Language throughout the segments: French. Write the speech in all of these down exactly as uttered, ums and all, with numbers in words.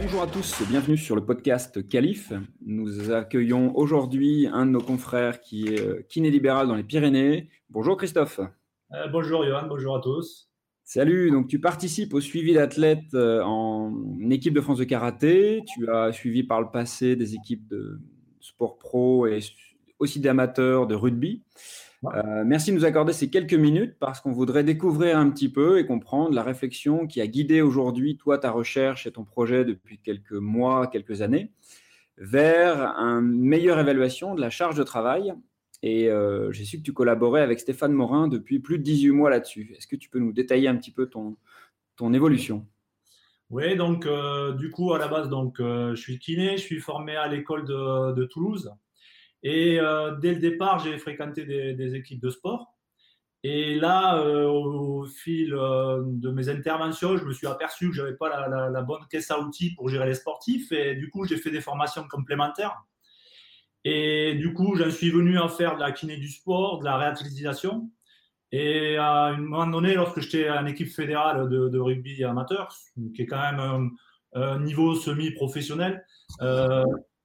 Bonjour à tous, bienvenue sur le podcast Calife. Nous accueillons aujourd'hui un de nos confrères qui est euh, kiné libéral dans les Pyrénées. Bonjour Christophe. Euh, bonjour Johan, bonjour à tous. Salut, donc tu participes au suivi d'athlètes euh, en équipe de France de karaté. Tu as suivi par le passé des équipes de sport pro et aussi d'amateurs de rugby. Euh, merci de nous accorder ces quelques minutes parce qu'on voudrait découvrir un petit peu et comprendre la réflexion qui a guidé aujourd'hui toi, ta recherche et ton projet depuis quelques mois, quelques années, vers une meilleure évaluation de la charge de travail. Et euh, j'ai su que tu collaborais avec Stéphane Morin depuis plus de dix-huit mois là-dessus. Est-ce que tu peux nous détailler un petit peu ton, ton évolution ? Oui, donc euh, du coup, à la base, donc, euh, je suis kiné, je suis formé à l'école de, de Toulouse. Et euh, dès le départ, j'ai fréquenté des, des équipes de sport. Et là, euh, au, au fil euh, de mes interventions, je me suis aperçu que je n'avais pas la, la, la bonne caisse à outils pour gérer les sportifs. Et du coup, j'ai fait des formations complémentaires. Et du coup, j'en suis venu à faire de la kiné du sport, de la réathlétisation. Et à un moment donné, lorsque j'étais en équipe fédérale de, de rugby amateur, qui est quand même un, un niveau semi-professionnel, euh,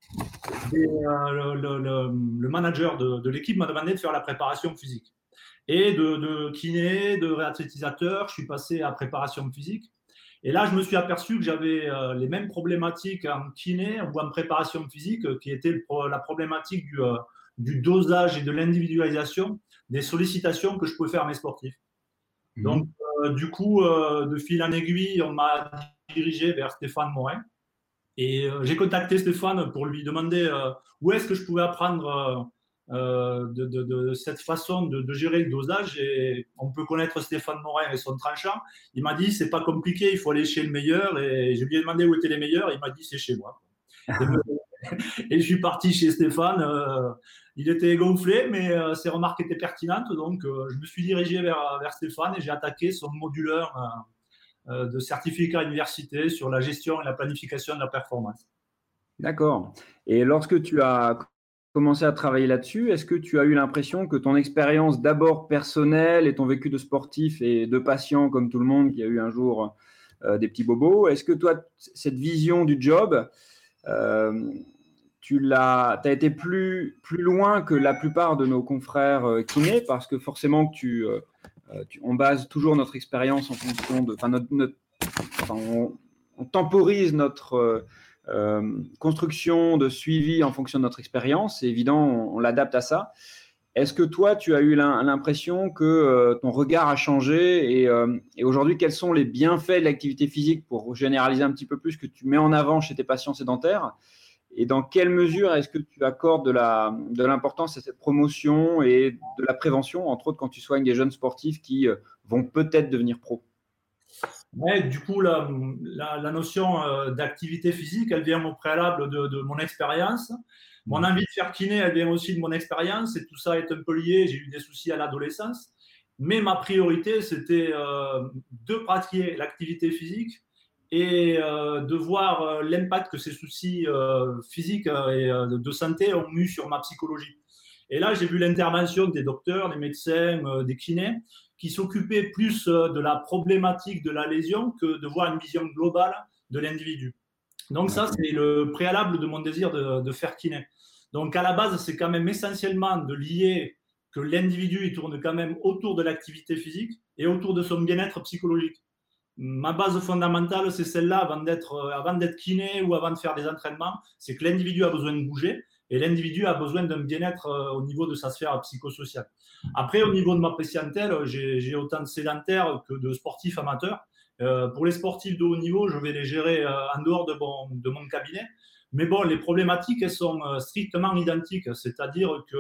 et, euh, le, le, le, manager de, de l'équipe m'a demandé de faire la préparation physique. Et de, de kiné, de réathlétisateur, je suis passé à préparation physique. Et là, je me suis aperçu que j'avais euh, les mêmes problématiques en kiné ou en préparation physique, qui était le, la problématique du, euh, du dosage et de l'individualisation des sollicitations que je pouvais faire à mes sportifs. Mmh. Donc, euh, du coup, euh, de fil en aiguille, on m'a dirigé vers Stéphane Morin. Et euh, j'ai contacté Stéphane pour lui demander euh, où est-ce que je pouvais apprendre euh, de, de, de cette façon de, de gérer le dosage. Et on peut connaître Stéphane Morin et son tranchant. Il m'a dit, c'est pas compliqué, il faut aller chez le meilleur. Et je lui ai demandé où étaient les meilleurs. Il m'a dit, c'est chez moi. Et je suis parti chez Stéphane. Euh, il était gonflé, mais euh, ses remarques étaient pertinentes. Donc, euh, je me suis dirigé vers, vers Stéphane et j'ai attaqué son modulaire euh, de certificat université sur la gestion et la planification de la performance. D'accord. Et lorsque tu as commencé à travailler là-dessus, est-ce que tu as eu l'impression que ton expérience d'abord personnelle et ton vécu de sportif et de patient comme tout le monde qui a eu un jour euh, des petits bobos, est-ce que toi, cette vision du job, euh, tu l'as, t'as été plus, plus loin que la plupart de nos confrères euh, kinés parce que forcément que tu, euh, tu, on base toujours notre expérience en fonction de, enfin, notre, notre, enfin, on, on temporise notre euh, euh, construction de suivi en fonction de notre expérience. C'est évident, on, on l'adapte à ça. Est-ce que toi, tu as eu l'impression que euh, ton regard a changé et, euh, et aujourd'hui, quels sont les bienfaits de l'activité physique pour généraliser un petit peu plus que tu mets en avant chez tes patients sédentaires? Et dans quelle mesure est-ce que tu accordes de la, de l'importance à cette promotion et de la prévention, entre autres quand tu soignes des jeunes sportifs qui euh, vont peut-être devenir pros? Ouais, du coup, la, la, la notion euh, d'activité physique, elle vient au préalable de, de mon expérience. Mon envie de faire kiné, elle vient aussi de mon expérience et tout ça est un peu lié. J'ai eu des soucis à l'adolescence. Mais ma priorité, c'était euh, de pratiquer l'activité physique et euh, de voir euh, l'impact que ces soucis euh, physiques euh, et euh, de santé ont eu sur ma psychologie. Et là, j'ai vu l'intervention des docteurs, des médecins, euh, des kinés, qui s'occupaient plus euh, de la problématique de la lésion que de voir une vision globale de l'individu. Donc ça, c'est le préalable de mon désir de, de faire kiné. Donc à la base, c'est quand même essentiellement de lier que l'individu, il tourne quand même autour de l'activité physique et autour de son bien-être psychologique. Ma base fondamentale, c'est celle-là avant d'être, avant d'être kiné ou avant de faire des entraînements, c'est que l'individu a besoin de bouger et l'individu a besoin d'un bien-être au niveau de sa sphère psychosociale. Après, au niveau de ma patientèle, j'ai, j'ai autant de sédentaires que de sportifs amateurs. Euh, pour les sportifs de haut niveau, je vais les gérer euh, en dehors de mon, de mon cabinet. Mais bon, les problématiques, elles sont euh, strictement identiques. C'est-à-dire que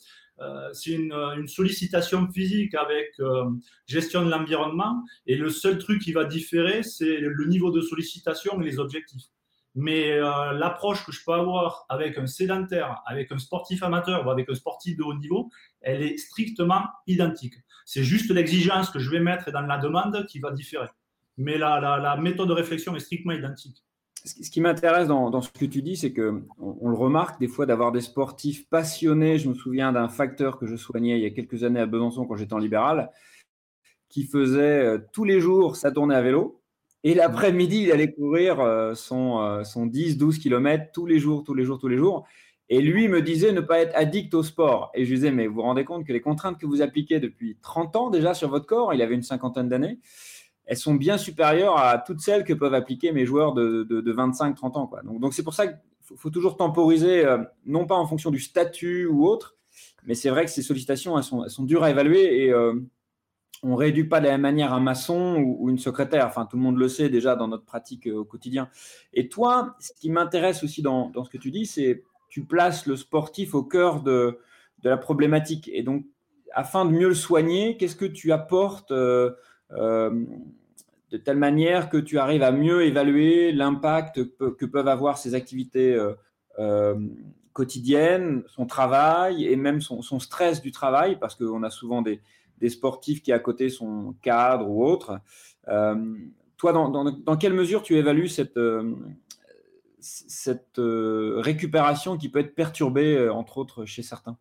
euh, c'est une, une sollicitation physique avec euh, gestion de l'environnement. Et le seul truc qui va différer, c'est le niveau de sollicitation et les objectifs. Mais euh, l'approche que je peux avoir avec un sédentaire, avec un sportif amateur ou avec un sportif de haut niveau, elle est strictement identique. C'est juste l'exigence que je vais mettre dans la demande qui va différer. Mais la, la, la méthode de réflexion est strictement identique. Ce qui m'intéresse dans, dans ce que tu dis, c'est qu'on on le remarque des fois d'avoir des sportifs passionnés. Je me souviens d'un facteur que je soignais il y a quelques années à Besançon quand j'étais en libéral, qui faisait euh, tous les jours sa tournée à vélo Et l'après-midi, il allait courir euh, son, euh, son dix douze kilomètres tous les jours, tous les jours, tous les jours. Et lui me disait ne pas être addict au sport. Et je lui disais, mais vous vous rendez compte que les contraintes que vous appliquez depuis trente ans déjà sur votre corps, il avait une cinquantaine d'années, elles sont bien supérieures à toutes celles que peuvent appliquer mes joueurs de, de, de vingt-cinq trente ans, quoi. Donc, donc c'est pour ça qu'il faut, faut toujours temporiser, euh, non pas en fonction du statut ou autre, mais c'est vrai que ces sollicitations, elles sont, elles sont dures à évaluer et euh, on ne réduit pas de la même manière un maçon ou, ou une secrétaire. Enfin, tout le monde le sait déjà dans notre pratique euh, au quotidien. Et toi, ce qui m'intéresse aussi dans, dans ce que tu dis, c'est tu places le sportif au cœur de, de la problématique. Et donc, afin de mieux le soigner, qu'est-ce que tu apportes euh, euh, de telle manière que tu arrives à mieux évaluer l'impact que, que peuvent avoir ces activités euh, euh, quotidiennes, son travail et même son, son stress du travail, parce qu'on a souvent des, des sportifs qui à côté sont cadres ou autres. Euh, toi, dans, dans, dans quelle mesure tu évalues cette, euh, cette euh, récupération qui peut être perturbée, euh, entre autres, chez certains?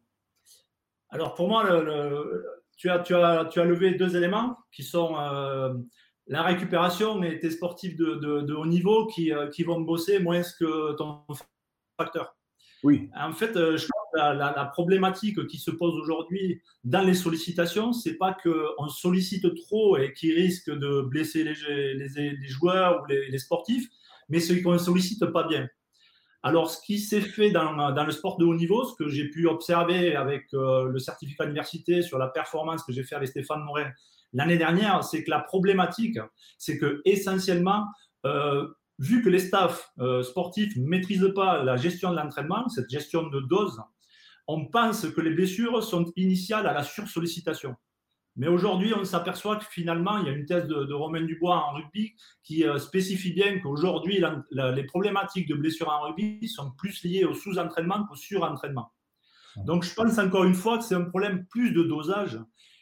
Alors pour moi, le, le, tu, as, tu, as, tu as levé deux éléments qui sont euh, la récupération et tes sportifs de, de, de haut niveau qui, euh, qui vont bosser moins que ton facteur. Oui. En fait, euh, je pense que la, la, la problématique qui se pose aujourd'hui dans les sollicitations, c'est pas qu'on sollicite trop et qui risque de blesser les, les, les joueurs ou les, les sportifs, mais c'est qu'on ne sollicite pas bien. Alors, ce qui s'est fait dans, dans le sport de haut niveau, ce que j'ai pu observer avec euh, le certificat d'université sur la performance que j'ai fait avec Stéphane Morin l'année dernière, c'est que la problématique, c'est que essentiellement, euh, vu que les staffs euh, sportifs ne maîtrisent pas la gestion de l'entraînement, cette gestion de dose, on pense que les blessures sont initiales à la sursollicitation. Mais aujourd'hui, on s'aperçoit que finalement, il y a une thèse de, de Romain Dubois en rugby qui euh, spécifie bien qu'aujourd'hui, la, la, les problématiques de blessures en rugby sont plus liées au sous-entraînement qu'au sur-entraînement. Donc, je pense encore une fois que c'est un problème plus de dosage.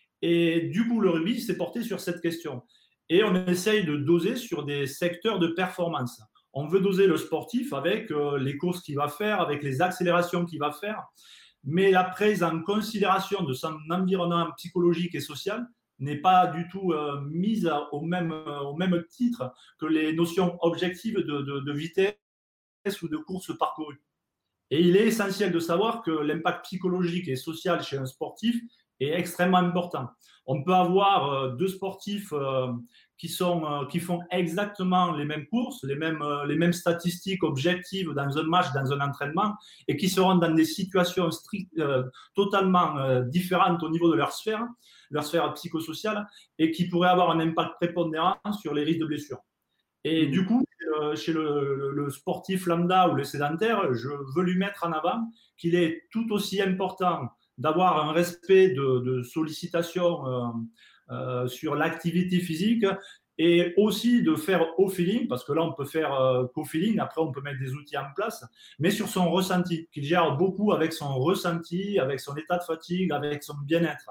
Et du coup, le rugby s'est porté sur cette question. Et on essaye de doser sur des secteurs de performance. On veut doser le sportif avec euh, les courses qu'il va faire, avec les accélérations qu'il va faire. Mais la prise en considération de son environnement psychologique et social n'est pas du tout euh, mise au même, euh, au même titre que les notions objectives de, de, de vitesse ou de course parcourue. Et il est essentiel de savoir que l'impact psychologique et social chez un sportif est extrêmement important. On peut avoir euh, deux sportifs euh, qui, sont, euh, qui font exactement les mêmes courses, les mêmes, euh, les mêmes statistiques objectives dans un match, dans un entraînement, et qui seront dans des situations strict, euh, totalement euh, différentes au niveau de leur sphère, leur sphère psychosociale, et qui pourraient avoir un impact prépondérant sur les risques de blessure. Et mmh. du coup, euh, chez le, le, le sportif lambda ou le sédentaire, je veux lui mettre en avant qu'il est tout aussi important d'avoir un respect de, de sollicitation euh, euh, sur l'activité physique et aussi de faire au feeling, parce que là, on peut faire euh, qu'au feeling, après, on peut mettre des outils en place, mais sur son ressenti, qu'il gère beaucoup avec son ressenti, avec son état de fatigue, avec son bien-être.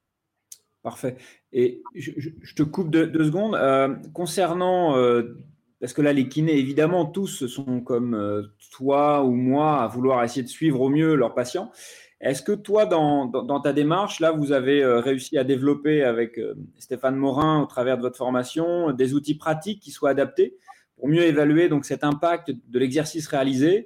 Parfait. Et je, je, je te coupe deux, deux secondes. Euh, concernant, euh, parce que là, les kinés, évidemment, tous sont comme euh, toi ou moi à vouloir essayer de suivre au mieux leurs patients. Est-ce que toi, dans, dans, dans ta démarche, là, vous avez euh, réussi à développer avec euh, Stéphane Morin, au travers de votre formation, des outils pratiques qui soient adaptés pour mieux évaluer donc, cet impact de l'exercice réalisé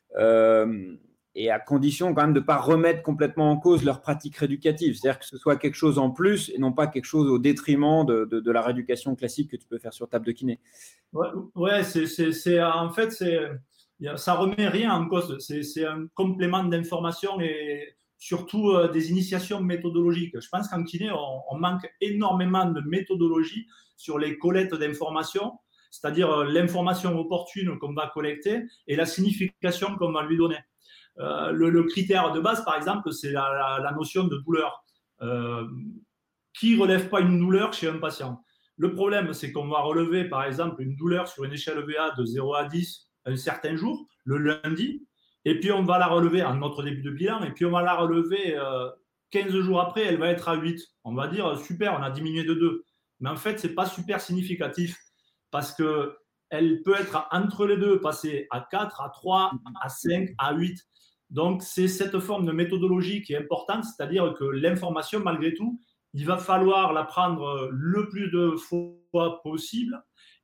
euh, et à condition quand même de ne pas remettre complètement en cause leur pratique rééducative, c'est-à-dire que ce soit quelque chose en plus et non pas quelque chose au détriment de, de, de la rééducation classique que tu peux faire sur table de kiné. Ouais, ouais c'est, c'est, c'est, en fait, c'est, ça remet rien en cause. C'est, c'est un complément d'information et surtout euh, des initiations méthodologiques. Je pense qu'en kiné, on, on manque énormément de méthodologie sur les collectes d'informations, c'est-à-dire euh, l'information opportune qu'on va collecter et la signification qu'on va lui donner. Euh, le, le critère de base, par exemple, c'est la, la, la notion de douleur. Euh, qui ne relève pas une douleur chez un patient? Le problème, c'est qu'on va relever, par exemple, une douleur sur une échelle V A de zéro à dix un certain jour, le lundi, et puis on va la relever en notre début de bilan, et puis on va la relever euh, quinze jours après, elle va être à huit. On va dire, super, on a diminué de deux. Mais en fait, ce n'est pas super significatif, parce qu'elle peut être entre les deux, passer à quatre, à trois, à cinq, à huit. Donc, c'est cette forme de méthodologie qui est importante, c'est-à-dire que l'information, malgré tout, il va falloir la prendre le plus de fois possible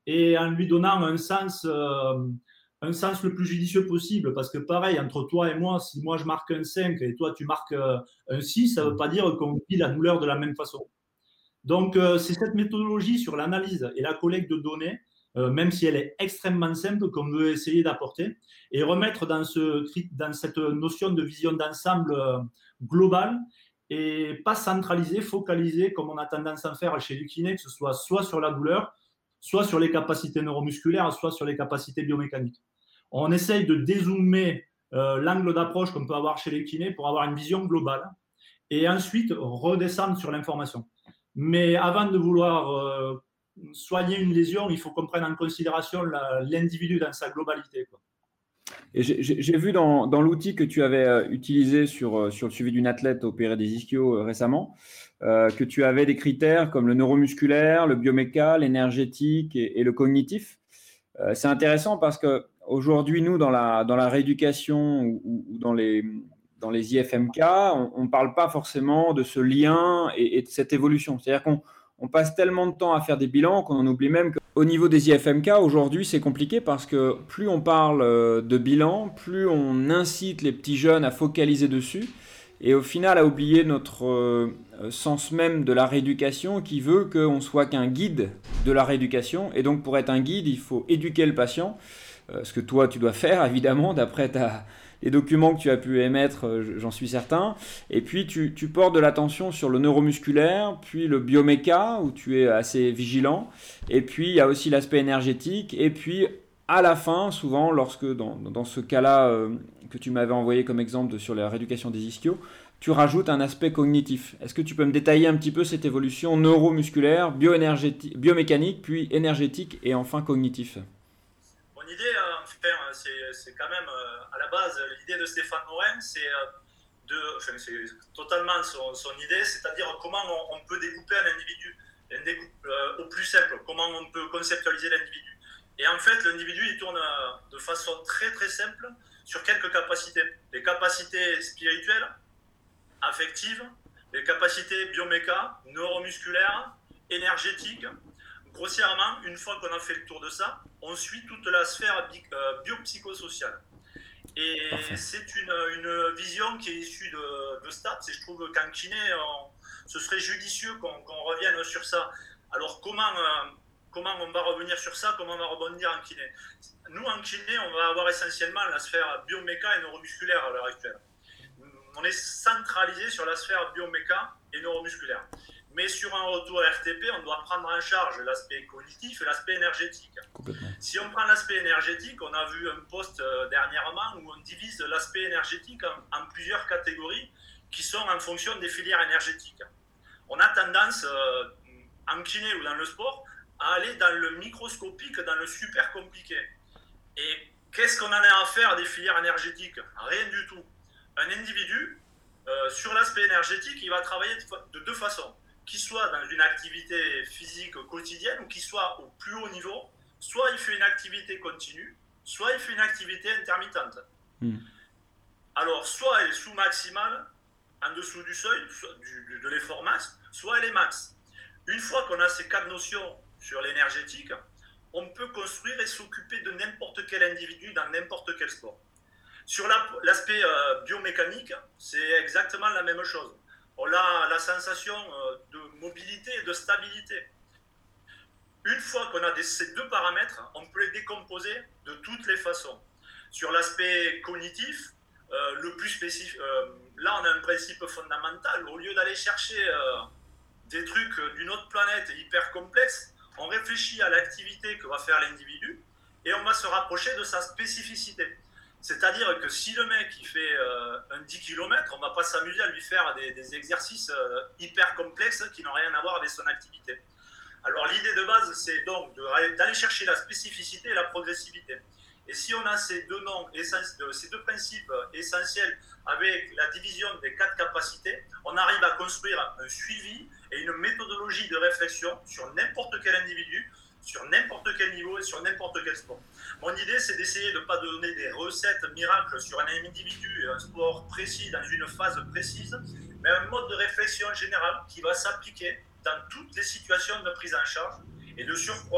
et en lui donnant un sens, euh, un sens le plus judicieux possible. Parce que pareil, entre toi et moi, si moi je marque un cinq et toi tu marques euh, un six, ça ne veut pas dire qu'on vit la douleur de la même façon. Donc, euh, c'est cette méthodologie sur l'analyse et la collecte de données, euh, même si elle est extrêmement simple, qu'on veut essayer d'apporter et remettre dans, ce, dans cette notion de vision d'ensemble euh, globale et pas centralisée, focalisée, comme on a tendance à faire chez du kiné, que ce soit soit sur la douleur, soit sur les capacités neuromusculaires, soit sur les capacités biomécaniques. On essaye de dézoomer euh, l'angle d'approche qu'on peut avoir chez les kinés pour avoir une vision globale et ensuite redescendre sur l'information. Mais avant de vouloir euh, soigner une lésion, il faut qu'on prenne en considération la, l'individu dans sa globalité, quoi. Et j'ai, j'ai vu dans, dans l'outil que tu avais euh, utilisé sur, euh, sur le suivi d'une athlète opérée des ischios euh, récemment, euh, que tu avais des critères comme le neuromusculaire, le bioméca, l'énergétique et, et le cognitif. Euh, c'est intéressant parce qu'aujourd'hui, nous, dans la, dans la rééducation ou, ou dans, les, dans les I F M K, on ne parle pas forcément de ce lien et, et de cette évolution. C'est-à-dire qu'on on passe tellement de temps à faire des bilans qu'on en oublie même qu'au niveau des I F M K, aujourd'hui, c'est compliqué parce que plus on parle de bilan, plus on incite les petits jeunes à focaliser dessus et au final à oublier notre euh, sens même de la rééducation qui veut qu'on soit qu'un guide de la rééducation. Et donc pour être un guide, il faut éduquer le patient, euh, ce que toi tu dois faire évidemment d'après ta... les documents que tu as pu émettre, j'en suis certain. Et puis, tu, tu portes de l'attention sur le neuromusculaire, puis le bioméca, où tu es assez vigilant. Et puis, il y a aussi l'aspect énergétique. Et puis, à la fin, souvent, lorsque dans, dans ce cas-là euh, que tu m'avais envoyé comme exemple de, sur la rééducation des ischios, tu rajoutes un aspect cognitif. Est-ce que tu peux me détailler un petit peu cette évolution neuromusculaire, bioénergétique, biomécanique, puis énergétique et enfin cognitif? Mon idée, enfin, c'est, c'est quand même euh, à la base l'idée de Stéphane Morin, c'est euh, de, enfin, c'est totalement son, son idée, c'est-à-dire comment on, on peut découper un individu, un découpe, euh, au plus simple, comment on peut conceptualiser l'individu. Et en fait, l'individu, il tourne euh, de façon très très simple sur quelques capacités. Les capacités spirituelles, affectives, les capacités bioméca, neuromusculaires, énergétiques. Grossièrement, une fois qu'on a fait le tour de ça, on suit toute la sphère bi- euh, biopsychosociale. Et Parfait. C'est une, une vision qui est issue de, de STAPS, et je trouve qu'en kiné, on, ce serait judicieux qu'on, qu'on revienne sur ça. Alors comment, euh, comment on va revenir sur ça, comment on va rebondir en kiné? Nous, en kiné, on va avoir essentiellement la sphère bioméca et neuromusculaire à l'heure actuelle. On est centralisé sur la sphère bioméca et neuromusculaire. Mais sur un retour R T P, on doit prendre en charge l'aspect cognitif et l'aspect énergétique. Si on prend l'aspect énergétique, on a vu un post euh, dernièrement où on divise l'aspect énergétique en, en plusieurs catégories qui sont en fonction des filières énergétiques. On a tendance, euh, en kiné ou dans le sport, à aller dans le microscopique, dans le super compliqué. Et qu'est-ce qu'on en a à faire des filières énergétiques? Rien du tout. Un individu, euh, sur l'aspect énergétique, il va travailler de deux façons. Qu'il soit dans une activité physique quotidienne ou qu'il soit au plus haut niveau, soit il fait une activité continue, soit il fait une activité intermittente. Mmh. Alors, soit elle est sous-maximale, en dessous du seuil du, de l'effort max, soit elle est max. Une fois qu'on a ces quatre notions sur l'énergétique, on peut construire et s'occuper de n'importe quel individu dans n'importe quel sport. Sur la, l'aspect euh, biomécanique, c'est exactement la même chose. On a la sensation de mobilité et de stabilité. Une fois qu'on a des, ces deux paramètres, on peut les décomposer de toutes les façons. Sur l'aspect cognitif, euh, le plus spécifique, euh, là on a un principe fondamental. Au lieu d'aller chercher euh, des trucs d'une autre planète hyper complexes, on réfléchit à l'activité que va faire l'individu et on va se rapprocher de sa spécificité. C'est-à-dire que si le mec il fait euh, un dix kilomètres, on ne va pas s'amuser à lui faire des, des exercices euh, hyper complexes qui n'ont rien à voir avec son activité. Alors l'idée de base, c'est donc de, d'aller chercher la spécificité et la progressivité. Et si on a ces deux noms, ces deux principes essentiels avec la division des quatre capacités, on arrive à construire un suivi et une méthodologie de réflexion sur n'importe quel individu, sur n'importe quel niveau et sur n'importe quel sport. Mon idée, c'est d'essayer de ne pas donner des recettes miracles sur un individu et un sport précis dans une phase précise, mais un mode de réflexion général qui va s'appliquer dans toutes les situations de prise en charge. Et de surcroît,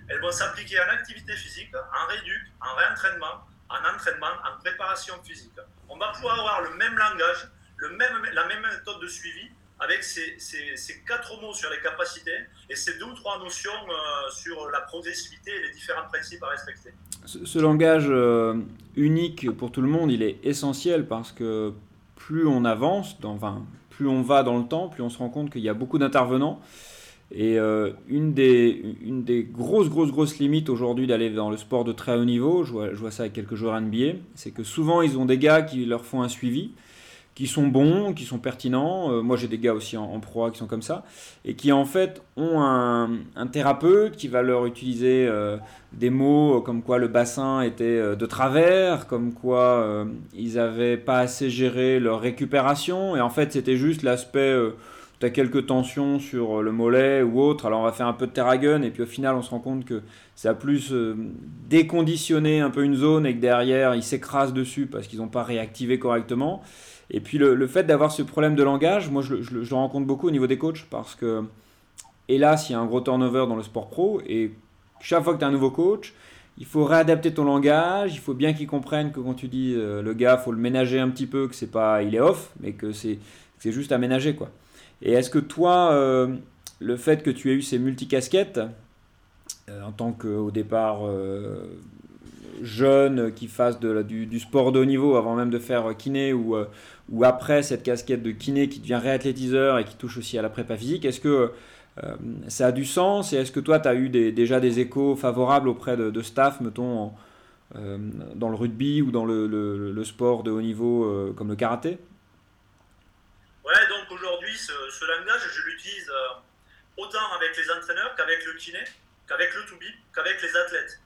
elles vont s'appliquer en activité physique, en réduc, en réentraînement, en entraînement, en préparation physique. On va pouvoir avoir le même langage, le même, la même méthode de suivi, avec ces, ces, ces quatre mots sur les capacités et ces deux ou trois notions euh, sur la progressivité et les différents principes à respecter. Ce, ce langage euh, unique pour tout le monde, il est essentiel parce que plus on avance, dans, enfin, plus on va dans le temps, plus on se rend compte qu'il y a beaucoup d'intervenants. Et euh, une, des, une des grosses, grosses, grosses limites aujourd'hui d'aller dans le sport de très haut niveau, je vois, je vois ça avec quelques joueurs N B A, c'est que souvent ils ont des gars qui leur font un suivi, qui sont bons, qui sont pertinents. Euh, moi, j'ai des gars aussi en, en pro qui sont comme ça, et qui en fait ont un, un thérapeute qui va leur utiliser euh, des mots comme quoi le bassin était euh, de travers, comme quoi euh, ils n'avaient pas assez géré leur récupération, et en fait, c'était juste l'aspect... Euh, tu as quelques tensions sur le mollet ou autre, alors on va faire un peu de terragun, et puis au final, on se rend compte que ça a plus euh, déconditionné un peu une zone, et que derrière, ils s'écrasent dessus parce qu'ils n'ont pas réactivé correctement. Et puis le, le fait d'avoir ce problème de langage, moi je, je, je le rencontre beaucoup au niveau des coachs parce que, hélas, il y a un gros turnover dans le sport pro et chaque fois que tu as un nouveau coach, il faut réadapter ton langage, il faut bien qu'ils comprennent que quand tu dis euh, le gars, il faut le ménager un petit peu, que c'est pas, il est off, mais que c'est, que c'est juste à ménager, quoi. Et est-ce que toi, euh, le fait que tu aies eu ces multicasquettes, euh, en tant qu'au départ euh, jeune qui fasse de la- du, du sport de haut niveau avant même de faire kiné ou, euh, ou après cette casquette de kiné qui devient réathlétiseur et qui touche aussi à la prépa physique, est-ce que euh, ça a du sens et est-ce que toi tu as eu des- déjà des échos favorables auprès de, de staff, mettons, en- euh, dans le rugby ou dans le, le- le sport de haut niveau euh, comme le karaté? Ouais, donc aujourd'hui, ce, ce langage, je l'utilise euh, autant avec les entraîneurs qu'avec le kiné, qu'avec le to be, qu'avec les athlètes.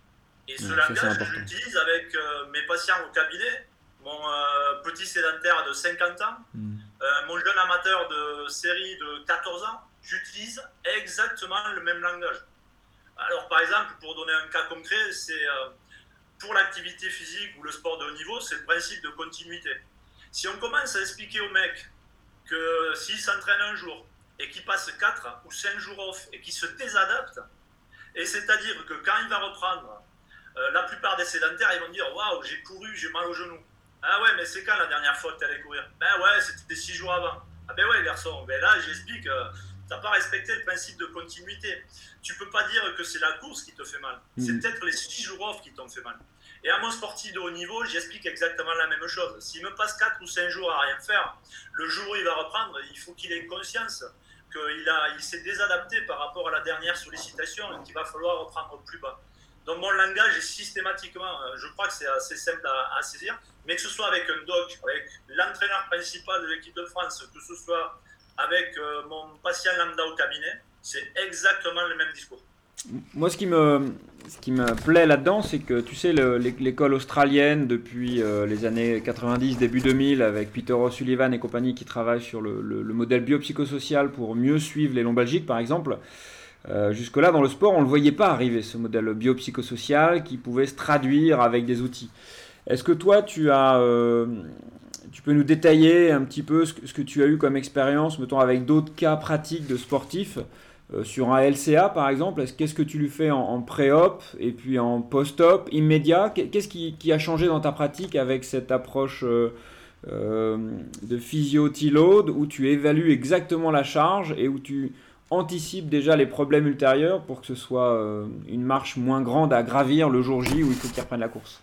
Et ce Ouais, ça c'est langage, je important. l'utilise avec euh, mes patients au cabinet, mon euh, petit sédentaire de cinquante ans, Mm. euh, mon jeune amateur de série de quatorze ans, j'utilise exactement le même langage. Alors par exemple, pour donner un cas concret, c'est euh, pour l'activité physique ou le sport de haut niveau, c'est le principe de continuité. Si on commence à expliquer au mec que s'il s'entraîne un jour et qu'il passe quatre ou cinq jours off et qu'il se désadapte, et c'est-à-dire que quand il va reprendre, euh, la plupart des sédentaires, ils vont dire waouh, j'ai couru, j'ai mal au genou. Ah ouais, mais c'est quand la dernière fois que tu allais courir? Ben ouais, c'était six jours avant. Ah ben ouais, garçon, ben là, j'explique, euh, tu n'as pas respecté le principe de continuité. Tu peux pas dire que c'est la course qui te fait mal. C'est Mm. peut-être les six jours off qui t'ont fait mal. Et à mon sportif de haut niveau, j'explique exactement la même chose. S'il me passe quatre ou cinq jours à rien faire, le jour où il va reprendre, il faut qu'il ait conscience qu'il a, il s'est désadapté par rapport à la dernière sollicitation et qu'il va falloir reprendre plus bas. Donc mon langage est systématiquement, je crois que c'est assez simple à, à saisir, mais que ce soit avec un doc, avec l'entraîneur principal de l'équipe de France, que ce soit avec euh, mon patient lambda au cabinet, c'est exactement le même discours. Moi, ce qui me, ce qui me plaît là-dedans, c'est que tu sais, le- l'é- l'école australienne, depuis euh, les années quatre-vingt-dix, début deux mille, avec Peter O'Sullivan et compagnie qui travaillent sur le, le- le modèle biopsychosocial pour mieux suivre les lombalgiques, par exemple, euh, jusque-là, dans le sport, on ne le voyait pas arriver, ce modèle biopsychosocial qui pouvait se traduire avec des outils. Est-ce que toi, tu as, euh, tu peux nous détailler un petit peu ce que, ce que tu as eu comme expérience, mettons, avec d'autres cas pratiques de sportifs euh, sur un L C A par exemple? Est-ce, qu'est-ce que tu lui fais en, en pré-op et puis en post-op immédiat? Qu'est-ce qui, qui a changé dans ta pratique avec cette approche euh, euh, de physio-T-load où tu évalues exactement la charge et où tu anticipes déjà les problèmes ultérieurs pour que ce soit euh, une marche moins grande à gravir le jour J où il faut qu'il reprenne la course?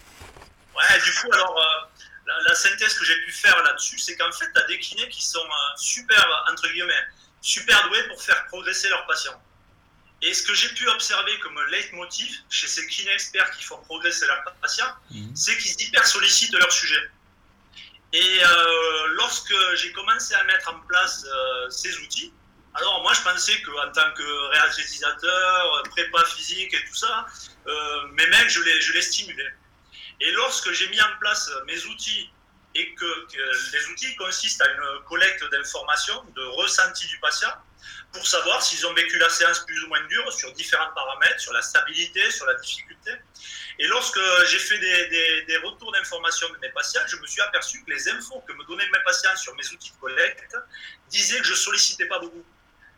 Ouais, du coup, alors, euh, la, la synthèse que j'ai pu faire là-dessus, c'est qu'en fait, tu as des kinés qui sont euh, super, entre guillemets, super doués pour faire progresser leurs patients. Et ce que j'ai pu observer comme leitmotiv chez ces kinés experts qui font progresser leurs patients, mmh. c'est qu'ils hyper sollicitent leur sujet. Et euh, lorsque j'ai commencé à mettre en place euh, ces outils, alors moi je pensais qu'en tant que réathlétisateur, prépa physique et tout ça, euh, mes mecs, je les, je les stimulais. Et lorsque j'ai mis en place mes outils et que, que les outils consistent à une collecte d'informations, de ressenti du patient, pour savoir s'ils ont vécu la séance plus ou moins dure sur différents paramètres, sur la stabilité, sur la difficulté. Et lorsque j'ai fait des, des, des retours d'informations de mes patients, je me suis aperçu que les infos que me donnaient mes patients sur mes outils de collecte disaient que je ne sollicitais pas beaucoup.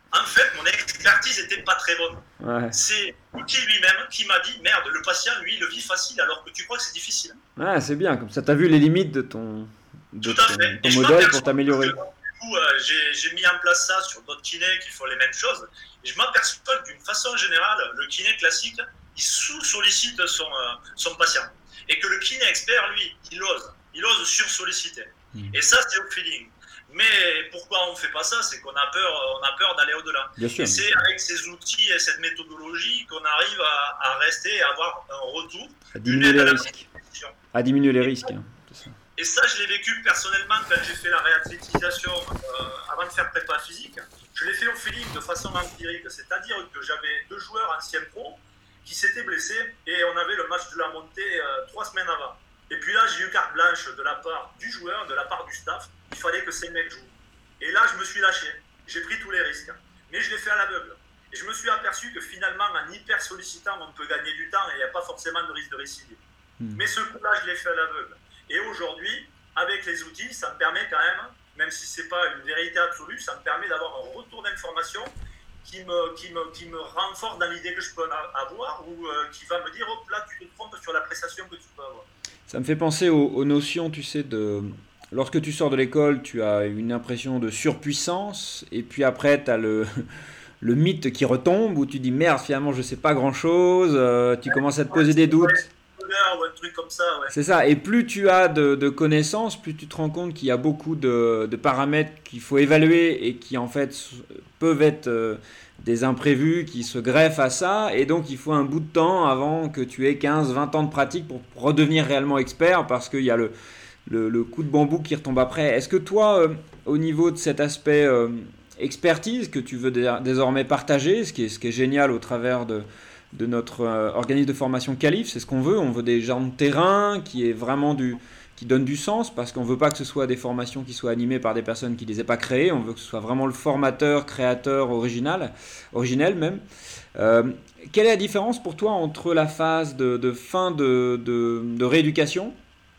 en fait, mon expertise n'était pas très bonne. Ouais. C'est l'outil lui-même qui m'a dit, merde, le patient, lui, il le vit facile alors que tu crois que c'est difficile. Ouais, c'est bien, comme ça tu as vu les limites de ton, de Tout à ton, fait. ton modèle pour t'améliorer. Du coup, euh, j'ai, j'ai mis en place ça sur d'autres kinés qui font les mêmes choses. Et je m'aperçois que d'une façon générale, le kiné classique, il sous-sollicite son, euh, son patient. Et que le kiné expert, lui, il ose. Il ose sur-solliciter. Mmh. Et ça, c'est au feeling. Mais pourquoi on ne fait pas ça? C'est qu'on a peur, on a peur d'aller au-delà. Bien sûr. Et c'est avec ces outils et cette méthodologie qu'on arrive à, à rester et à avoir un retour. À diminuer les risques. À diminuer les risques. Hein. Et ça, je l'ai vécu personnellement quand j'ai fait la réathlétisation euh, avant de faire prépa physique. Je l'ai fait au feeling de façon empirique. C'est-à-dire que j'avais deux joueurs anciens pros qui s'étaient blessés et on avait le match de la montée euh, trois semaines avant. Et puis là, j'ai eu carte blanche de la part du joueur, de la part du staff. Il fallait que ces mecs jouent. Et là, je me suis lâché. J'ai pris tous les risques. Mais je l'ai fait à l'aveugle. Et je me suis aperçu que finalement, en hyper sollicitant, on peut gagner du temps et il n'y a pas forcément de risque de récidive. Mmh. Mais ce coup-là, je l'ai fait à l'aveugle. Et aujourd'hui, avec les outils, ça me permet quand même, même si ce n'est pas une vérité absolue, ça me permet d'avoir un retour d'information qui me, qui, me, qui me renforce dans l'idée que je peux avoir ou euh, qui va me dire, hop, là, tu te trompes sur la prestation que tu peux avoir. Ça me fait penser aux, aux notions, tu sais, de... Lorsque tu sors de l'école, tu as une impression de surpuissance, et puis après, tu as le, le mythe qui retombe, où tu dis, merde, finalement, je ne sais pas grand-chose, euh, tu commences à te poser des doutes. Ou un truc comme ça, ouais. C'est ça, et plus tu as de, de connaissances, plus tu te rends compte qu'il y a beaucoup de, de paramètres qu'il faut évaluer et qui en fait peuvent être euh, des imprévus qui se greffent à ça, et donc il faut un bout de temps avant que tu aies quinze vingt ans de pratique pour redevenir réellement expert, parce qu'il y a le, le, le coup de bambou qui retombe après. Est-ce que toi, euh, au niveau de cet aspect euh, expertise que tu veux dé- désormais partager, ce qui est, ce qui est génial au travers de de notre euh, organisme de formation Qualif, c'est ce qu'on veut. On veut des gens de terrain qui est vraiment du, qui donnent du sens, parce qu'on veut pas que ce soit des formations qui soient animées par des personnes qui les aient pas créées. On veut que ce soit vraiment le formateur, créateur, original, originel même. Euh, quelle est la différence pour toi entre la phase de, de fin de, de, de rééducation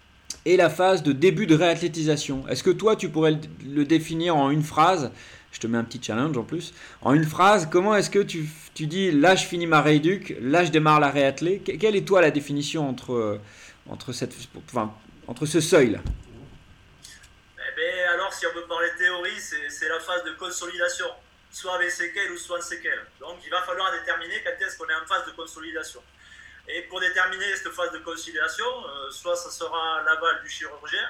et la phase de début de réathlétisation? Est-ce que toi, tu pourrais le, le définir en une phrase? Je te mets un petit challenge en plus. En une phrase, comment est-ce que tu, tu dis là je finis ma rééduque, là je démarre la réathlée? Quelle est toi la définition entre, entre, cette, enfin, entre ce seuil-là? Eh bien, alors si on veut parler théorie, c'est, c'est la phase de consolidation, soit avec séquelles ou soit en séquelles. Donc il va falloir déterminer quand est-ce qu'on est en phase de consolidation. Et pour déterminer cette phase de consolidation, euh, soit ça sera l'aval du chirurgien,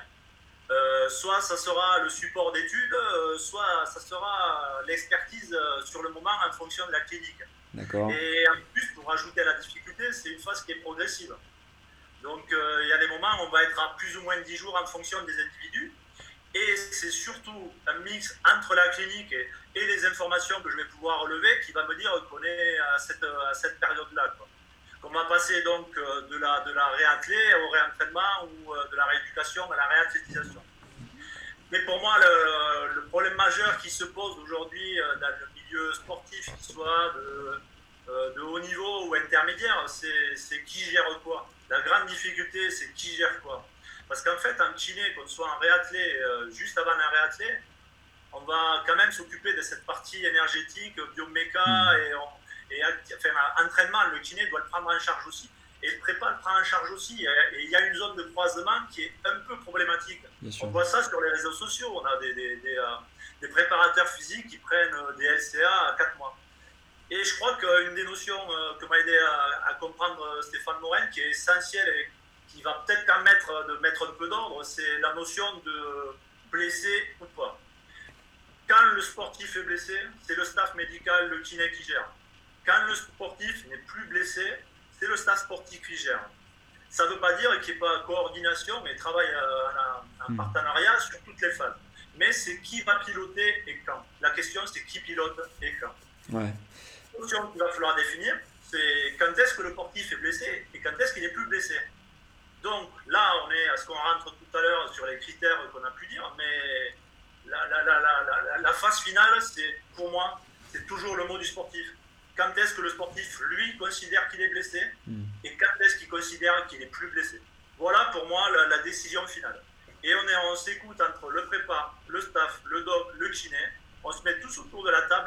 Euh, soit ça sera le support d'études, euh, soit ça sera l'expertise euh, sur le moment en fonction de la clinique. D'accord. Et en plus, pour ajouter à la difficulté, c'est une phase qui est progressive. Donc euh, il y a des moments où on va être à plus ou moins dix jours en fonction des individus. Et c'est surtout un mix entre la clinique et, et les informations que je vais pouvoir relever qui va me dire qu'on est à cette, à cette période-là, quoi. Qu'on va passer donc de la, de la réathlée au réentraînement ou de la rééducation à la réathlétisation. Mais pour moi, le, le problème majeur qui se pose aujourd'hui dans le milieu sportif, qu'il soit de, de haut niveau ou intermédiaire, c'est, c'est qui gère quoi. La grande difficulté, c'est qui gère quoi. Parce qu'en fait, en kiné, qu'on soit en réathlé, juste avant un réathlé, on va quand même s'occuper de cette partie énergétique, bioméca mmh. et on, Et enfin, entraînement, le kiné doit le prendre en charge aussi. Et le prépa le prend en charge aussi. Et il y a une zone de croisement qui est un peu problématique. On voit ça sur les réseaux sociaux. On a des, des, des, euh, des préparateurs physiques qui prennent des L C A à quatre mois. Et je crois qu'une des notions euh, que m'a aidé à, à comprendre Stéphane Morin, qui est essentielle et qui va peut-être permettre de mettre un peu d'ordre, c'est la notion de blessé ou pas. Quand le sportif est blessé, c'est le staff médical, le kiné qui gère. Quand le sportif n'est plus blessé, c'est le staff sportif qui gère. Ça ne veut pas dire qu'il n'y ait pas coordination, mais travail en, en partenariat sur toutes les phases. Mais c'est qui va piloter et quand. La question, c'est qui pilote et quand. Ouais. La question qu'il va falloir définir, c'est quand est-ce que le sportif est blessé et quand est-ce qu'il n'est plus blessé. Donc là, on est à ce qu'on rentre tout à l'heure sur les critères qu'on a pu dire, mais la, la, la, la, la, la phase finale, c'est, pour moi, c'est toujours le mot du sportif. Quand est-ce que le sportif, lui, considère qu'il est blessé mmh. et quand est-ce qu'il considère qu'il n'est plus blessé. Voilà pour moi la, la décision finale. Et on, est, on s'écoute entre le prépa, le staff, le doc, le kiné, on se met tous autour de la table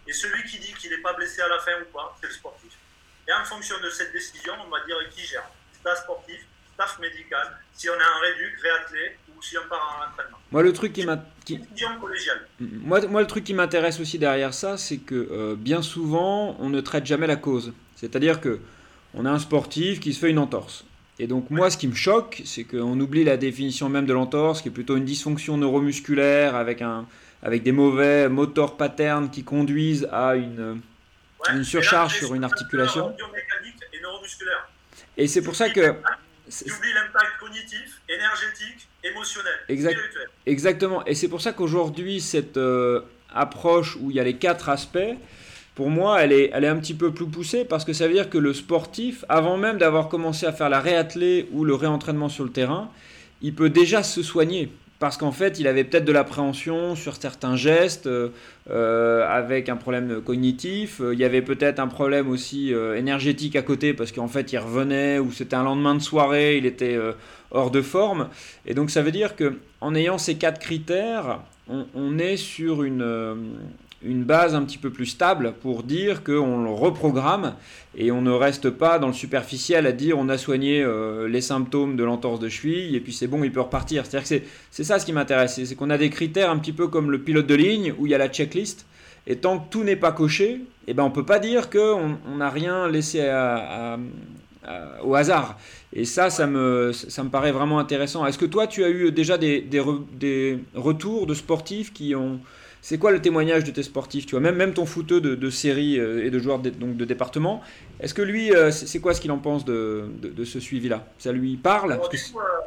Et celui qui dit qu'il n'est pas blessé à la fin ou pas, c'est le sportif. Et en fonction de cette décision, on va dire qui gère. Staff sportif, staff médical, si on a un réduc, réathlé ou si on part en entraînement. Moi, le truc qui m'a... Qui... collégiale. Moi, moi, le truc qui m'intéresse aussi derrière ça, c'est que euh, bien souvent, on ne traite jamais la cause. C'est-à-dire que on a un sportif qui se fait une entorse. Et donc moi, ce qui me choque, c'est qu'on oublie la définition même de l'entorse, qui est plutôt une dysfonction neuromusculaire avec, un, avec des mauvais motor patterns qui conduisent à une, ouais, une surcharge sur une articulation. Biomécanique et neuromusculaire. Et c'est pour ça que... Tu oublies l'impact cognitif, énergétique, émotionnel, exact, spirituel. Exactement. Et c'est pour ça qu'aujourd'hui, cette euh, approche où il y a les quatre aspects, pour moi, elle est, elle est un petit peu plus poussée parce que ça veut dire que le sportif, avant même d'avoir commencé à faire la réathlée ou le réentraînement sur le terrain, il peut déjà se soigner. Parce qu'en fait, il avait peut-être de l'appréhension sur certains gestes, euh, euh, avec un problème cognitif. Il y avait peut-être un problème aussi euh, énergétique à côté, parce qu'en fait, il revenait, ou c'était un lendemain de soirée, il était euh, hors de forme. Et donc, ça veut dire qu'en ayant ces quatre critères, on, on est sur une... Euh, une base un petit peu plus stable pour dire qu'on le reprogramme et on ne reste pas dans le superficiel à dire on a soigné euh, les symptômes de l'entorse de cheville et puis c'est bon, il peut repartir. C'est-à-dire que c'est, c'est ça ce qui m'intéresse, c'est qu'on a des critères un petit peu comme le pilote de ligne où il y a la checklist et tant que tout n'est pas coché, eh ben on ne peut pas dire qu'on n'a rien laissé à, à, à, au hasard. Et ça, ça me, ça me paraît vraiment intéressant. Est-ce que toi, tu as eu déjà des, des, re, des retours de sportifs qui ont... C'est quoi le témoignage de tes sportifs, tu vois, même, même ton footeux de, de série euh, et de joueurs de, donc de département, est-ce que lui, euh, c'est, c'est quoi ce qu'il en pense de, de, de ce suivi-là? Ça lui parle? Alors, du, coup, euh,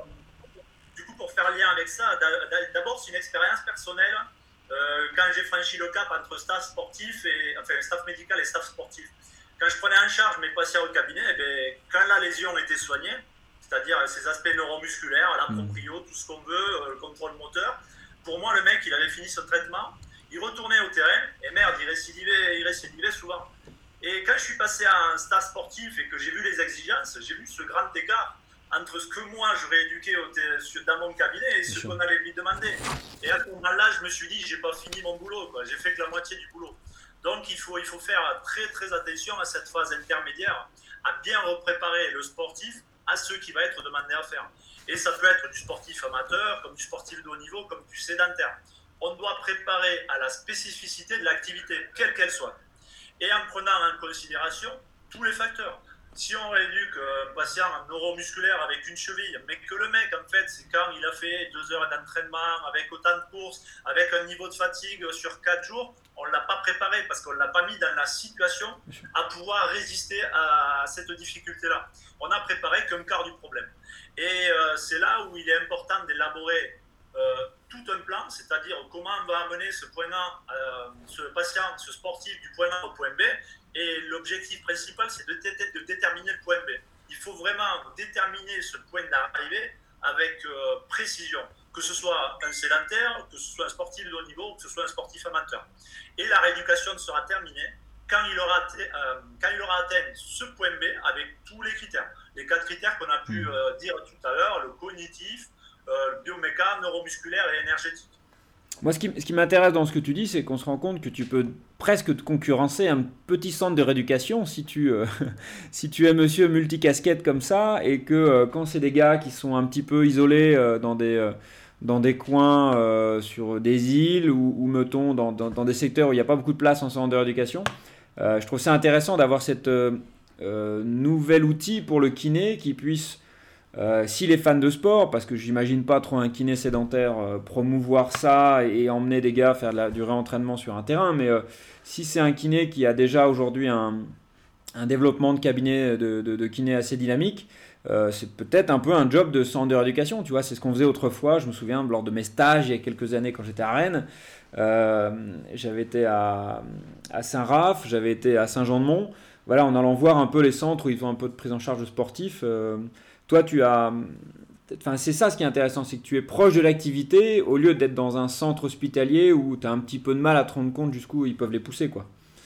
du coup, pour faire lien avec ça, d'abord, c'est une expérience personnelle euh, quand j'ai franchi le cap entre staff sportif et enfin staff médical et staff sportif. Quand je prenais en charge mes patients au cabinet, eh bien, quand la lésion était soignée, c'est-à-dire ces aspects neuromusculaires, la proprio, tout ce qu'on veut, euh, le contrôle moteur, pour moi, le mec, il avait fini ce traitement, il retournait au terrain, et merde, il récidivait, il récidivait souvent. Et quand je suis passé à un stade sportif et que j'ai vu les exigences, j'ai vu ce grand écart entre ce que moi, je rééduquais dans mon cabinet et ce qu'on allait lui demander. Et à ce moment-là, je me suis dit, j'ai pas fini mon boulot, quoi. J'ai fait que la moitié du boulot. Donc, il faut, il faut faire très, très attention à cette phase intermédiaire, à bien repréparer le sportif à ce qui va être demandé à faire. Et ça peut être du sportif amateur, comme du sportif de haut niveau, comme du sédentaire. On doit préparer à la spécificité de l'activité, quelle qu'elle soit. Et en prenant en considération tous les facteurs. Si on rééduque un patient neuromusculaire avec une cheville, mais que le mec, en fait, c'est quand il a fait deux heures d'entraînement, avec autant de courses, avec un niveau de fatigue sur quatre jours, on ne l'a pas préparé parce qu'on ne l'a pas mis dans la situation à pouvoir résister à cette difficulté-là. On n'a préparé qu'un quart du problème. Et euh, c'est là où il est important d'élaborer euh, tout un plan, c'est-à-dire comment on va amener ce point A, euh, ce patient, ce sportif du point A au point B. Et l'objectif principal, c'est de, de, de déterminer le point B. Il faut vraiment déterminer ce point d'arrivée avec euh, précision, que ce soit un sédentaire, que ce soit un sportif de haut niveau, que ce soit un sportif amateur. Et la rééducation sera terminée quand il aura, euh, quand il aura atteint ce point B avec tous les critères. Les quatre critères qu'on a pu euh, dire tout à l'heure, le cognitif, euh, le bioméca, neuromusculaire et énergétique. Moi, ce qui, ce qui m'intéresse dans ce que tu dis, c'est qu'on se rend compte que tu peux presque te concurrencer un petit centre de rééducation si tu, euh, si tu es monsieur multicasquette comme ça et que euh, quand c'est des gars qui sont un petit peu isolés euh, dans des... Euh, dans des coins euh, sur des îles ou, ou mettons dans, dans, dans des secteurs où il n'y a pas beaucoup de place en centre de rééducation. Euh, je trouve ça intéressant d'avoir cette euh, euh, nouvel outil pour le kiné qui puisse, euh, s'il est fan de sport, parce que j'imagine pas trop un kiné sédentaire euh, promouvoir ça et emmener des gars faire de la, du réentraînement sur un terrain, mais euh, si c'est un kiné qui a déjà aujourd'hui un, un développement de cabinet de, de, de kiné assez dynamique, Euh, c'est peut-être un peu un job de centre de rééducation, tu vois, c'est ce qu'on faisait autrefois. Je me souviens lors de mes stages il y a quelques années quand j'étais à Rennes, euh, j'avais été à, à Saint-Raph, j'avais été à Saint-Jean-de-Mont, voilà, en allant voir un peu les centres où ils ont un peu de prise en charge de sportifs. Euh, toi tu as, enfin c'est ça ce qui est intéressant, c'est que tu es proche de l'activité au lieu d'être dans un centre hospitalier où tu as un petit peu de mal à te rendre compte jusqu'où ils peuvent les pousser, quoi.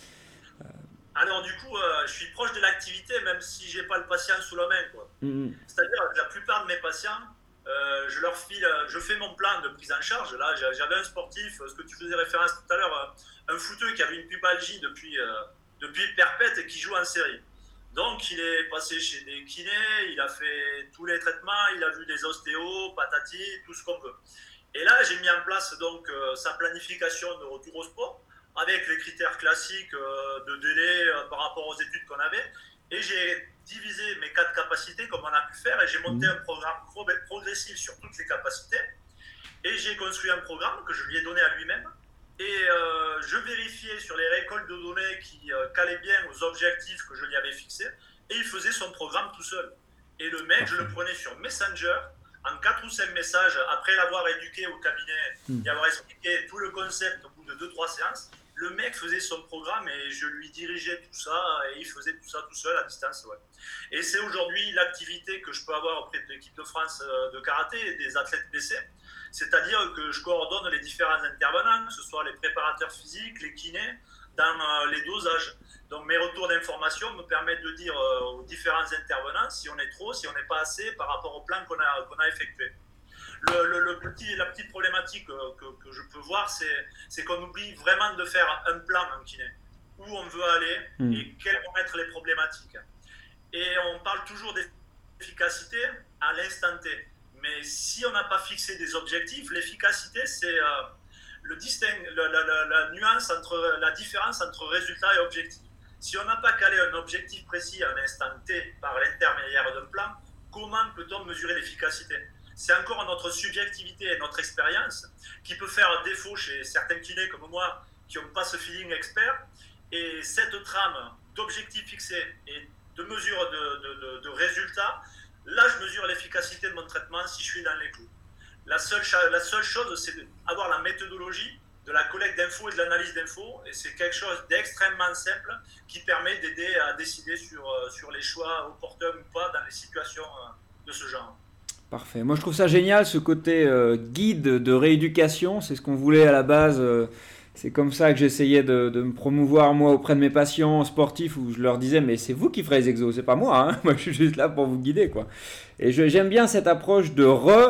Alors du coup, euh, je suis proche de l'activité même si j'ai pas le patient sous la main, quoi. Mmh. C'est-à-dire que la plupart de mes patients, Euh, je leur file, je fais mon plan de prise en charge. Là, j'avais un sportif, ce que tu faisais référence tout à l'heure, un footeux qui avait une pubalgie depuis, euh, depuis perpète et qui joue en série. Donc, il est passé chez des kinés, il a fait tous les traitements, il a vu des ostéos, patati, tout ce qu'on veut. Et là, j'ai mis en place donc euh, sa planification de retour au sport avec les critères classiques euh, de délai euh, par rapport aux études qu'on avait. Et j'ai divisé mes quatre capacités comme on a pu faire et j'ai monté un programme progressif sur toutes les capacités. Et j'ai construit un programme que je lui ai donné à lui-même. Et euh, je vérifiais sur les récoltes de données qui euh, calaient bien aux objectifs que je lui avais fixés. Et il faisait son programme tout seul. Et le mec, je le prenais sur Messenger, en quatre ou cinq messages, après l'avoir éduqué au cabinet, mmh. et avoir expliqué tout le concept au bout de deux trois séances. Le mec faisait son programme et je lui dirigeais tout ça et il faisait tout ça tout seul à distance. Ouais. Et c'est aujourd'hui l'activité que je peux avoir auprès de l'équipe de France de karaté et des athlètes blessés. C'est-à-dire que je coordonne les différents intervenants, que ce soit les préparateurs physiques, les kinés, dans les dosages. Donc mes retours d'information me permettent de dire aux différents intervenants si on est trop, si on n'est pas assez par rapport au plan qu'on a, qu'on a effectué. Le, le, le petit, la petite problématique que, que je peux voir, c'est, c'est qu'on oublie vraiment de faire un plan en kiné. Où on veut aller mmh. et quelles vont être les problématiques. Et on parle toujours d'efficacité à l'instant T. Mais si on n'a pas fixé des objectifs, l'efficacité, c'est euh, le distingue, la, la, la, la nuance entre la différence entre résultat et objectif. Si on n'a pas calé un objectif précis à un instant T par l'intermédiaire d'un plan, comment peut-on mesurer l'efficacité ? C'est encore notre subjectivité et notre expérience qui peut faire défaut chez certains kinés comme moi qui n'ont pas ce feeling expert. Et cette trame d'objectifs fixés et de mesure de, de, de, de résultats, là je mesure l'efficacité de mon traitement si je suis dans les clous. La seule, la seule chose, c'est d'avoir la méthodologie de la collecte d'infos et de l'analyse d'infos. Et c'est quelque chose d'extrêmement simple qui permet d'aider à décider sur, sur les choix opportuns ou pas dans les situations de ce genre. Parfait. Moi, je trouve ça génial, ce côté euh, guide de rééducation. C'est ce qu'on voulait à la base. Euh, c'est comme ça que j'essayais de, de me promouvoir, moi, auprès de mes patients sportifs, où je leur disais, mais c'est vous qui ferez les exos, c'est pas moi. Hein. Moi, je suis juste là pour vous guider, quoi. Et je, j'aime bien cette approche de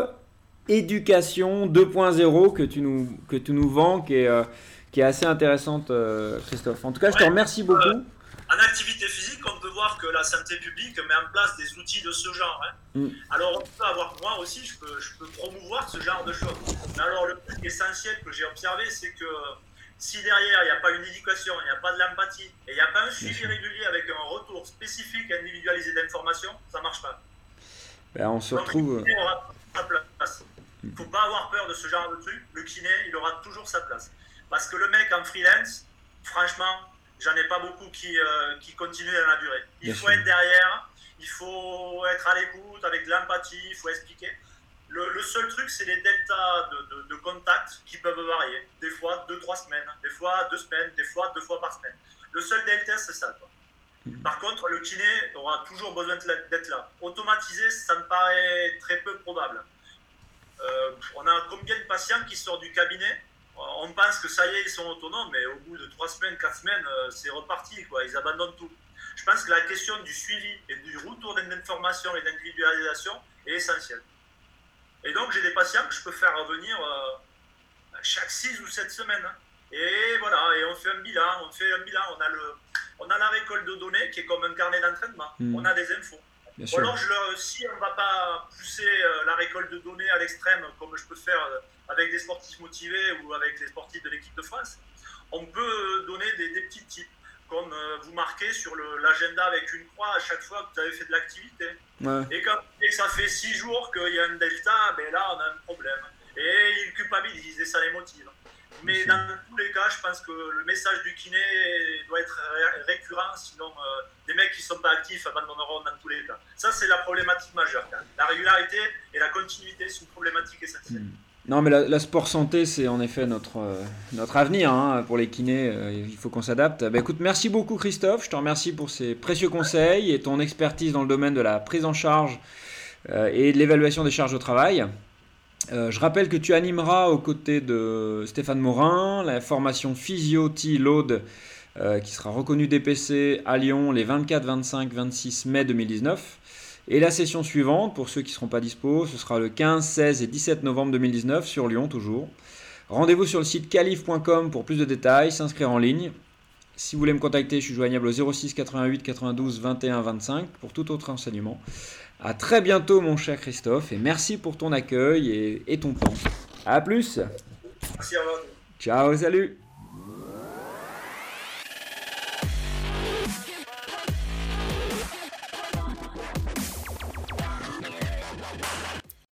rééducation deux point zéro que tu nous, que tu nous vends, qui est, euh, qui est assez intéressante, euh, Christophe. En tout cas, je te ouais, remercie beaucoup. Euh... En activité physique, on peut voir que la santé publique met en place des outils de ce genre. Hein. Mm. Alors, on peut avoir, moi aussi, je peux, je peux promouvoir ce genre de choses. Mais alors, le truc essentiel que j'ai observé, c'est que si derrière, il n'y a pas une éducation, il n'y a pas de l'empathie, et il n'y a pas un suivi régulier avec un retour spécifique et individualisé d'informations, ça ne marche pas. Ben, on se Donc, retrouve... le kiné aura sa place. Il ne faut pas avoir peur de ce genre de truc. Le kiné, il aura toujours sa place. Parce que le mec en freelance, franchement... J'en ai pas beaucoup qui, euh, qui continuent dans la durée. Il Bien faut sûr. Être derrière, il faut être à l'écoute, avec de l'empathie, il faut expliquer. Le, le seul truc, c'est les deltas de, de, de contact qui peuvent varier. Des fois, deux, trois semaines, des fois, deux semaines, des fois, deux fois par semaine. Le seul delta, c'est ça. Quoi. Mmh. Par contre, le kiné aura toujours besoin d'être là. Automatiser, ça me paraît très peu probable. Euh, on a combien de patients qui sortent du cabinet ? On pense que ça y est, ils sont autonomes, mais au bout de trois semaines, quatre semaines, c'est reparti, quoi. Ils abandonnent tout. Je pense que la question du suivi et du retour d'information et d'individualisation est essentielle. Et donc, j'ai des patients que je peux faire revenir euh, chaque six ou sept semaines. Hein. Et voilà, et on fait un bilan, on fait un bilan. On a, le, on a la récolte de données qui est comme un carnet d'entraînement. Mmh. On a des infos. Bien sûr. Ou alors, je leur, si on ne va pas pousser euh, la récolte de données à l'extrême, comme je peux faire euh, avec des sportifs motivés ou avec les sportifs de l'équipe de France, on peut donner des, des petits tips, comme euh, vous marquez sur le, l'agenda avec une croix à chaque fois que vous avez fait de l'activité. Ouais. Et quand et que ça fait six jours qu'il y a un delta, ben là, on a un problème. Et ils culpabilisent et ça les motive. Mais dans tous les cas, je pense que le message du kiné doit être récurrent, sinon euh, des mecs qui ne sont pas actifs abandonneront dans tous les cas. Ça, c'est la problématique majeure. Quand même. La régularité et la continuité, c'est une problématique essentielle. Mmh. Non, mais la, la sport santé, c'est en effet notre, euh, notre avenir hein, pour les kinés. Euh, il faut qu'on s'adapte. Bah, écoute, merci beaucoup Christophe. Je te remercie pour ces précieux conseils et ton expertise dans le domaine de la prise en charge euh, et de l'évaluation des charges de travail. Euh, je rappelle que tu animeras aux côtés de Stéphane Morin la formation Physio T-Load euh, qui sera reconnue D P C à Lyon les vingt-quatre, vingt-cinq, vingt-six mai deux mille dix-neuf. Et la session suivante, pour ceux qui ne seront pas dispo, ce sera le quinze, seize et dix-sept novembre deux mille dix-neuf sur Lyon toujours. Rendez-vous sur le site qualif point com pour plus de détails, s'inscrire en ligne. Si vous voulez me contacter, je suis joignable au zéro six quatre-vingt-huit quatre-vingt-douze vingt et un vingt-cinq pour tout autre renseignement. À très bientôt mon cher Christophe et merci pour ton accueil et, et ton temps. À plus. Merci à vous. Ciao, salut.